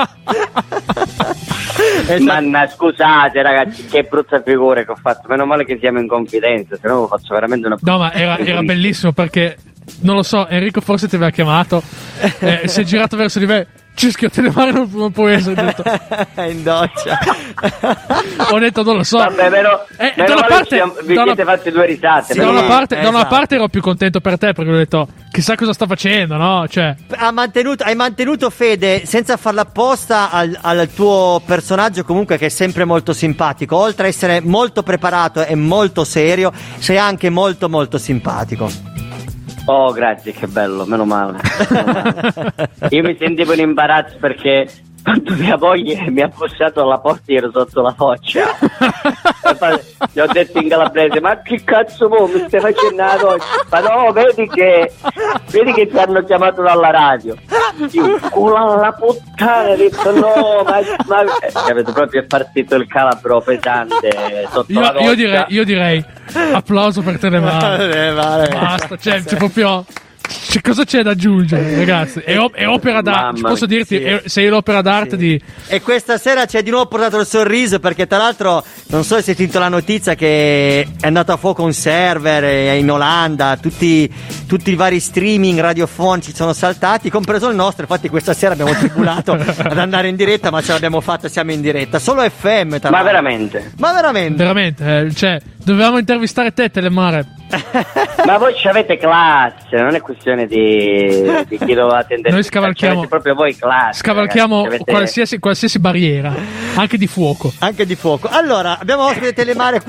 Ma scusate, ragazzi, che brutta figura che ho fatto. Meno male che siamo in confidenza, se no faccio veramente una. No, ma era bellissimo perché non lo so, Enrico forse ti aveva chiamato, si è girato verso di me. Cischio Telemare non può essere detto. È in doccia. Ho detto non lo so. Vabbè, però da una parte vi siete fatti due risate. Sì, da una parte ero più contento per te perché ho detto chissà cosa sta facendo, no? Cioè hai mantenuto fede senza farla apposta al tuo personaggio, comunque, che è sempre molto simpatico. Oltre a essere molto preparato e molto serio, sei anche molto molto simpatico. Oh, grazie, che bello, meno male. Io mi sentivo in imbarazzo perché quando mia moglie mi ha bussato alla porta io ero sotto la doccia. Gli ho detto in calabrese: ma che cazzo mi stai facendo la doccia? Ma no, vedi che ti hanno chiamato dalla radio. Io, culo alla puttana, ho detto no, ma avete proprio partito il calabro pesante sotto la doccia. Io direi applauso per Telemare. Vale. Basta, c'è proprio. Cosa c'è da aggiungere, ragazzi? È opera d'arte. Posso dirti, sì. Sei l'opera d'arte di. E questa sera ci ha di nuovo portato il sorriso, perché tra l'altro non so se hai sentito la notizia che è andato a fuoco un server in Olanda, tutti i vari streaming radiofonici sono saltati, compreso il nostro. Infatti questa sera abbiamo tribulato ad andare in diretta, ma ce l'abbiamo fatta, siamo in diretta. Solo FM, tra ma l'altro. veramente? Cioè, dovevamo intervistare te, Telemare. Ma voi ci avete classe, non è questione di chi lo attende. Noi scavalchiamo proprio voi classe. Scavalchiamo, ragazzi, avete... qualsiasi barriera, anche di fuoco. Allora, abbiamo ospite Telemare.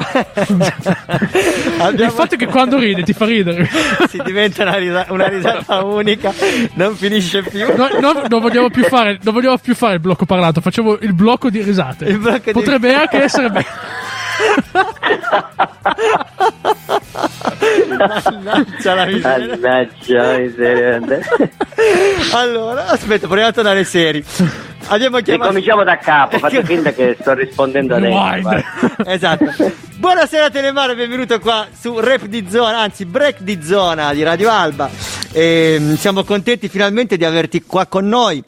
Il fatto è che quando ride ti fa ridere. Si diventa una risata unica, non finisce più. Non vogliamo più fare il blocco parlato, facciamo il blocco di risate. Potrebbe anche essere bello. Mannaggia la miseria. Allora, aspetta, proviamo a tornare seri. Abbiamo chiamato... Cominciamo da capo, fate finta che sto rispondendo adesso. Esatto. Buonasera Telemare, benvenuto qua su Rap di Zona, anzi Break di Zona di Radio Alba. Siamo contenti finalmente di averti qua con noi.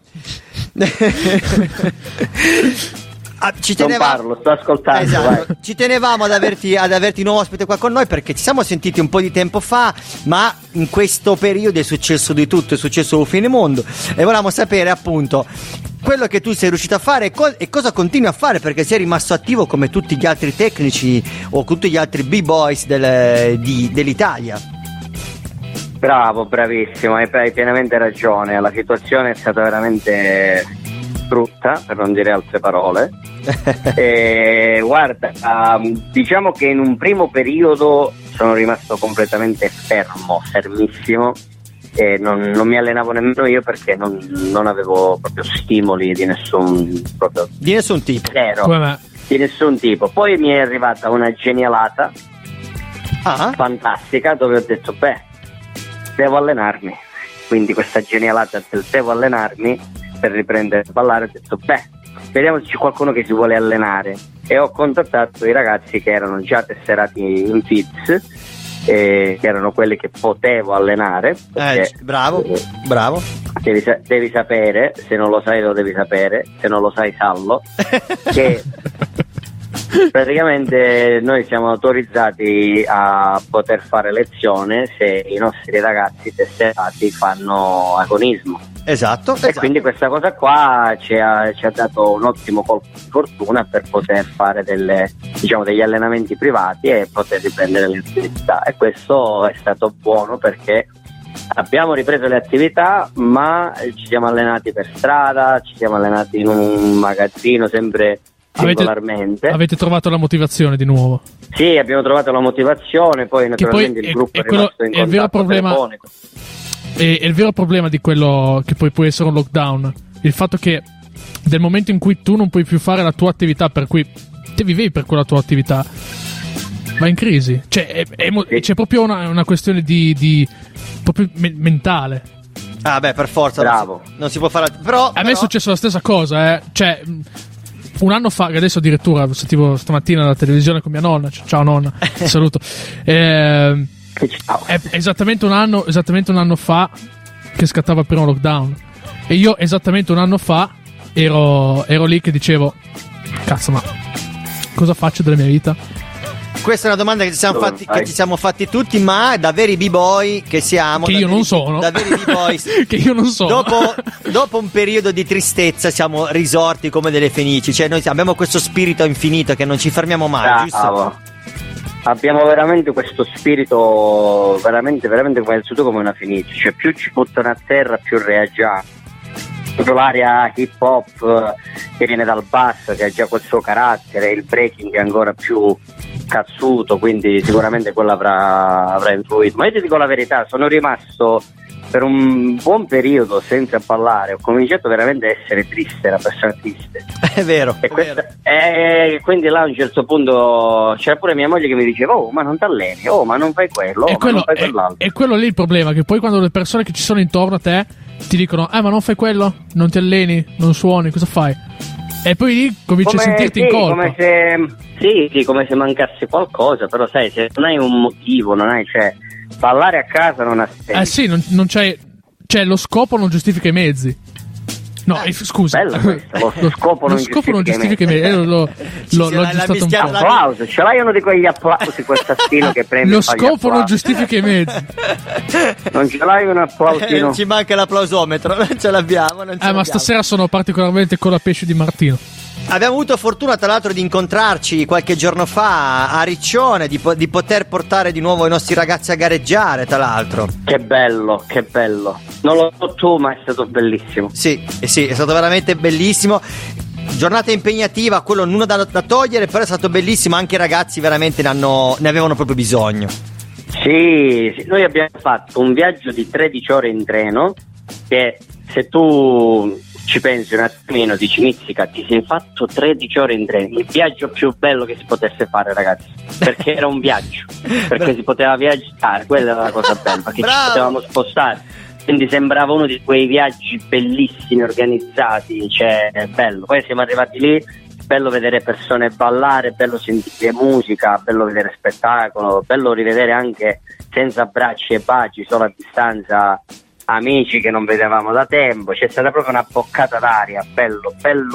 Non parlo, sto ascoltando. Esatto. Ci tenevamo ad averti nuovo ospite qua con noi, perché ci siamo sentiti un po' di tempo fa, ma in questo periodo è successo di tutto, è successo un fine mondo e volevamo sapere appunto quello che tu sei riuscito a fare e cosa continui a fare, perché sei rimasto attivo come tutti gli altri tecnici o tutti gli altri b-boys dell'Italia. Bravo, bravissimo, hai pienamente ragione. La situazione è stata veramente brutta, per non dire altre parole. Guarda, diciamo che in un primo periodo sono rimasto completamente fermissimo e non mi allenavo nemmeno io, perché non avevo proprio stimoli di nessun tipo. Zero. Di nessun tipo. Poi mi è arrivata una genialata fantastica, dove ho detto devo allenarmi. Quindi questa genialata del devo allenarmi per riprendere a ballare, ho detto vediamo se c'è qualcuno che si vuole allenare, e ho contattato i ragazzi che erano già tesserati in FITS, che erano quelli che potevo allenare. Bravo. Devi sapere, se non lo sai lo devi sapere, se non lo sai sallo, che praticamente noi siamo autorizzati a poter fare lezione se i nostri ragazzi tesserati fanno agonismo. Esatto. E quindi questa cosa qua ci ha dato un ottimo colpo di fortuna per poter fare degli allenamenti privati e poter riprendere le attività, e questo è stato buono perché abbiamo ripreso le attività, ma ci siamo allenati per strada, ci siamo allenati in un magazzino sempre singolarmente. Avete trovato la motivazione di nuovo? Sì, abbiamo trovato la motivazione, poi naturalmente il gruppo è rimasto in contatto telefonico. E il vero problema di quello che poi può essere un lockdown, il fatto che nel momento in cui tu non puoi più fare la tua attività, per cui te vivevi per quella tua attività, va in crisi. Cioè c'è proprio una questione di proprio mentale. Per forza. Bravo. Non si può fare. Però a me è successo la stessa cosa, Cioè, un anno fa, che adesso addirittura sentivo stamattina alla televisione con mia nonna. Ciao nonna, ti saluto. È esattamente un anno fa che scattava il primo lockdown. E io esattamente un anno fa ero lì che dicevo: cazzo, ma cosa faccio della mia vita? Questa è una domanda che ci siamo fatti tutti, ma da veri b-boy che siamo, che io non sono, da veri b-boy che io non sono. Dopo un periodo di tristezza siamo risorti come delle fenici, cioè noi abbiamo questo spirito infinito che non ci fermiamo mai, giusto? Abbiamo veramente questo spirito veramente come il come una fenice, cioè più ci buttano a terra più reagiamo. L'aria hip hop che viene dal bass, che ha già quel suo carattere, il breaking è ancora più cazzuto, quindi sicuramente quello avrà influito. Ma io ti dico la verità, sono rimasto per un buon periodo senza ballare, ho cominciato veramente a essere triste, una persona triste. È vero, e quindi là a un certo punto c'era pure mia moglie che mi diceva: oh, ma non t'alleni, oh, ma non fai quello, ma non fai quell'altro. E quello lì il problema, che poi quando le persone che ci sono intorno a te ti dicono: ma non fai quello, non ti alleni, non suoni, cosa fai? E poi lì cominci a sentirti in colpa. Come se mancasse qualcosa, però sai, se non hai un motivo, non hai, cioè, ballare a casa non ha senso. Sì, non c'è, cioè lo scopo non giustifica i mezzi. No, scusa. Lo scopo non giustifica i mezzi. L'ho aggiustato un po'. Applauso, ce l'hai uno di quegli applausi quel tastino che premi? Lo scopo non giustifica i mezzi. Non ce l'hai un applausino? Ci manca l'applausometro, non ce l'abbiamo. Ma stasera sono particolarmente con la pesce di Martino. Abbiamo avuto fortuna tra l'altro di incontrarci qualche giorno fa a Riccione, di poter portare di nuovo i nostri ragazzi a gareggiare, tra l'altro. Che bello. Non lo so tu, ma è stato bellissimo. Sì, è stato veramente bellissimo. Giornata impegnativa, quello nulla da togliere, però è stato bellissimo, anche i ragazzi veramente ne avevano proprio bisogno. Sì, noi abbiamo fatto un viaggio di 13 ore in treno, che se tu ci pensi un attimino, dici: mizzica, ti sei fatto 13 ore in treno, il viaggio più bello che si potesse fare, ragazzi, perché era un viaggio, perché si poteva viaggiare, quella era la cosa bella, perché ci potevamo spostare, quindi sembrava uno di quei viaggi bellissimi, organizzati, cioè bello. Poi siamo arrivati lì, bello vedere persone ballare, bello sentire musica, bello vedere spettacolo, bello rivedere anche senza abbracci e baci, solo a distanza, amici che non vedevamo da tempo. C'è stata proprio una boccata d'aria, bello.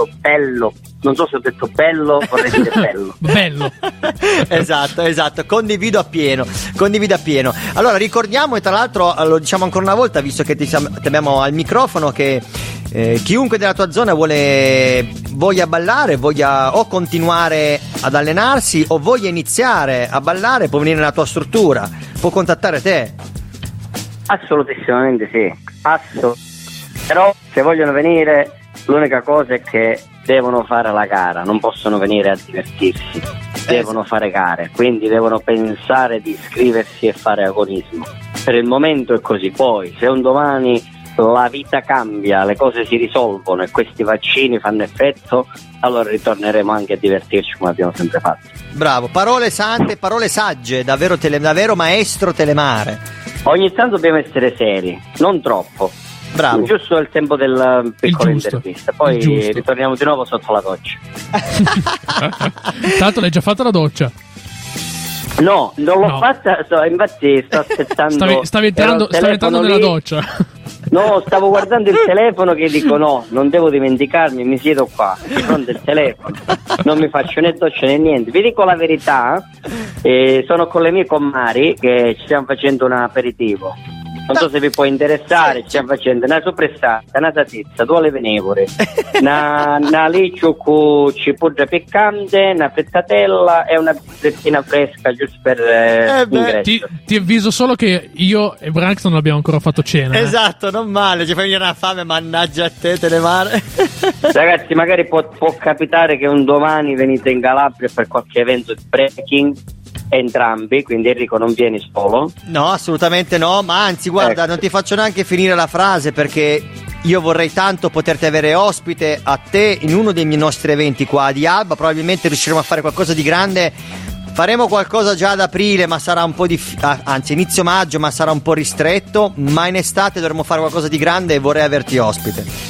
Non so se ho detto bello, vorrei dire bello. Esatto, condivido appieno. Allora ricordiamo, e tra l'altro lo diciamo ancora una volta, visto che ti abbiamo al microfono, che chiunque della tua zona voglia ballare, voglia o continuare ad allenarsi o voglia iniziare a ballare, può venire nella tua struttura, può contattare te. Assolutamente sì, però se vogliono venire l'unica cosa è che devono fare la gara, non possono venire a divertirsi, devono fare gare, quindi devono pensare di iscriversi e fare agonismo. Per il momento è così, poi se un domani la vita cambia, le cose si risolvono e questi vaccini fanno effetto, allora ritorneremo anche a divertirci come abbiamo sempre fatto. Bravo, parole sante, parole sagge, davvero maestro Telemare. Ogni tanto dobbiamo essere seri, non troppo. Bravo. Giusto il tempo del piccolo intervista, poi ritorniamo di nuovo sotto la doccia. Tanto l'hai già fatta la doccia? No, non l'ho fatta, infatti sto aspettando. Stavi entrando nella doccia. No, stavo guardando il telefono che dico: no, non devo dimenticarmi, mi siedo qua di fronte al telefono, non mi faccio né doccia né niente. Vi dico la verità, sono con le mie comari che ci stiamo facendo un aperitivo. Non so se vi può interessare, ci stiamo facendo una soppressata, una salsiccia, due venevole, una liccio con cipolla piccante, una frittatella e una pizzettina fresca giusto per l'ingresso. Ti avviso solo che io e Branks non abbiamo ancora fatto cena. Esatto, non male, ci fai venire una fame, mannaggia a te, Telemare. Ragazzi, magari può capitare che un domani venite in Calabria per qualche evento di breaking, entrambi, quindi Enrico non vieni solo. No, assolutamente no, ma anzi guarda, non ti faccio neanche finire la frase, perché io vorrei tanto poterti avere ospite a te in uno dei nostri eventi qua di Alba. Probabilmente riusciremo a fare qualcosa di grande. Faremo qualcosa già ad aprile, ma sarà un po' anzi inizio maggio, ma sarà un po' ristretto. Ma in estate dovremo fare qualcosa di grande e vorrei averti ospite.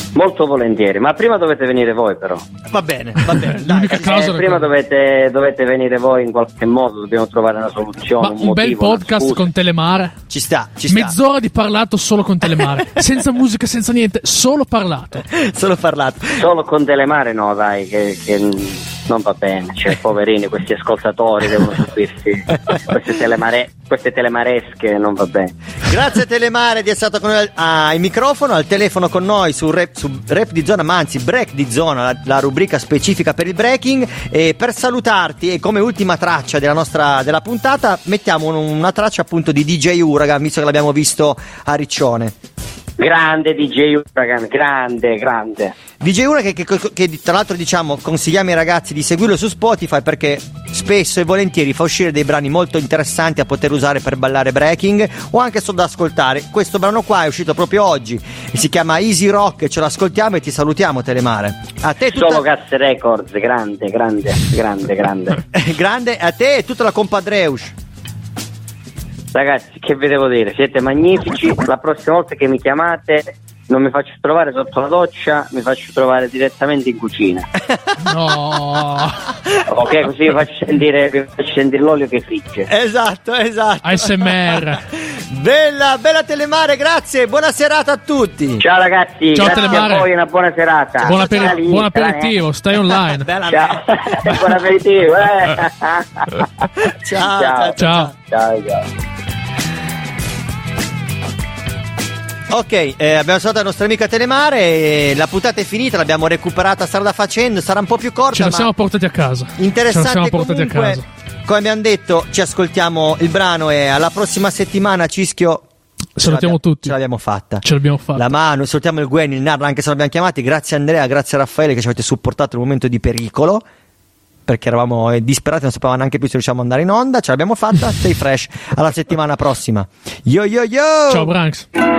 Molto volentieri, ma prima dovete venire voi però. Va bene. L'unica clausola Prima dovete venire voi in qualche modo, dobbiamo trovare una soluzione. Ma un bel podcast con Telemare. Ci sta. Mezz'ora di parlato solo con Telemare. Senza musica, senza niente, solo parlato. Solo con Telemare no, dai, che non va bene. Cioè, poverini, questi ascoltatori devono subirsi queste telemaresche, non va bene. Grazie Telemare di essere stato con noi al microfono, al telefono con noi su Rap di Zona, ma anzi Break di Zona, la rubrica specifica per il breaking. E per salutarti e come ultima traccia della puntata mettiamo una traccia appunto di DJ Uragan, visto che l'abbiamo visto a Riccione. Grande DJ Uragan, grande. DJ Uragan che tra l'altro diciamo consigliamo ai ragazzi di seguirlo su Spotify, perché spesso e volentieri fa uscire dei brani molto interessanti a poter usare per ballare breaking o anche solo da ascoltare. Questo brano qua è uscito proprio oggi e si chiama Easy Rock, ce l'ascoltiamo e ti salutiamo Telemare. A te Solo Gas Records, grande. Grande a te e tutta la compadreus. Ragazzi, che vi devo dire, siete magnifici. La prossima volta che mi chiamate non mi faccio trovare sotto la doccia, mi faccio trovare direttamente in cucina. No. Ok, così vi faccio sentire l'olio che frigge. Esatto. ASMR. Bella Telemare, grazie, buona serata a tutti. Ciao ragazzi, ciao grazie Telemare. a voi, una buona serata. Buon aperitivo, stai online. Ciao. Buon aperitivo. Ciao. Ok, abbiamo salutato la nostra amica Telemare, la puntata è finita, l'abbiamo recuperata strada facendo, sarà un po' più corta, Ce la ma siamo portati a casa. interessante comunque. Come abbiamo detto, ci ascoltiamo il brano e alla prossima settimana, Cischio. Salutiamo tutti. Ce l'abbiamo fatta. La Manu, salutiamo il Gwen, il Nardo, anche se non abbiamo chiamati. Grazie Andrea, grazie Raffaele che ci avete supportato in un momento di pericolo, perché eravamo disperati, non sapevamo neanche più se riusciamo ad andare in onda. Ce l'abbiamo fatta. Stay fresh, alla settimana prossima. Yo. Ciao Branks.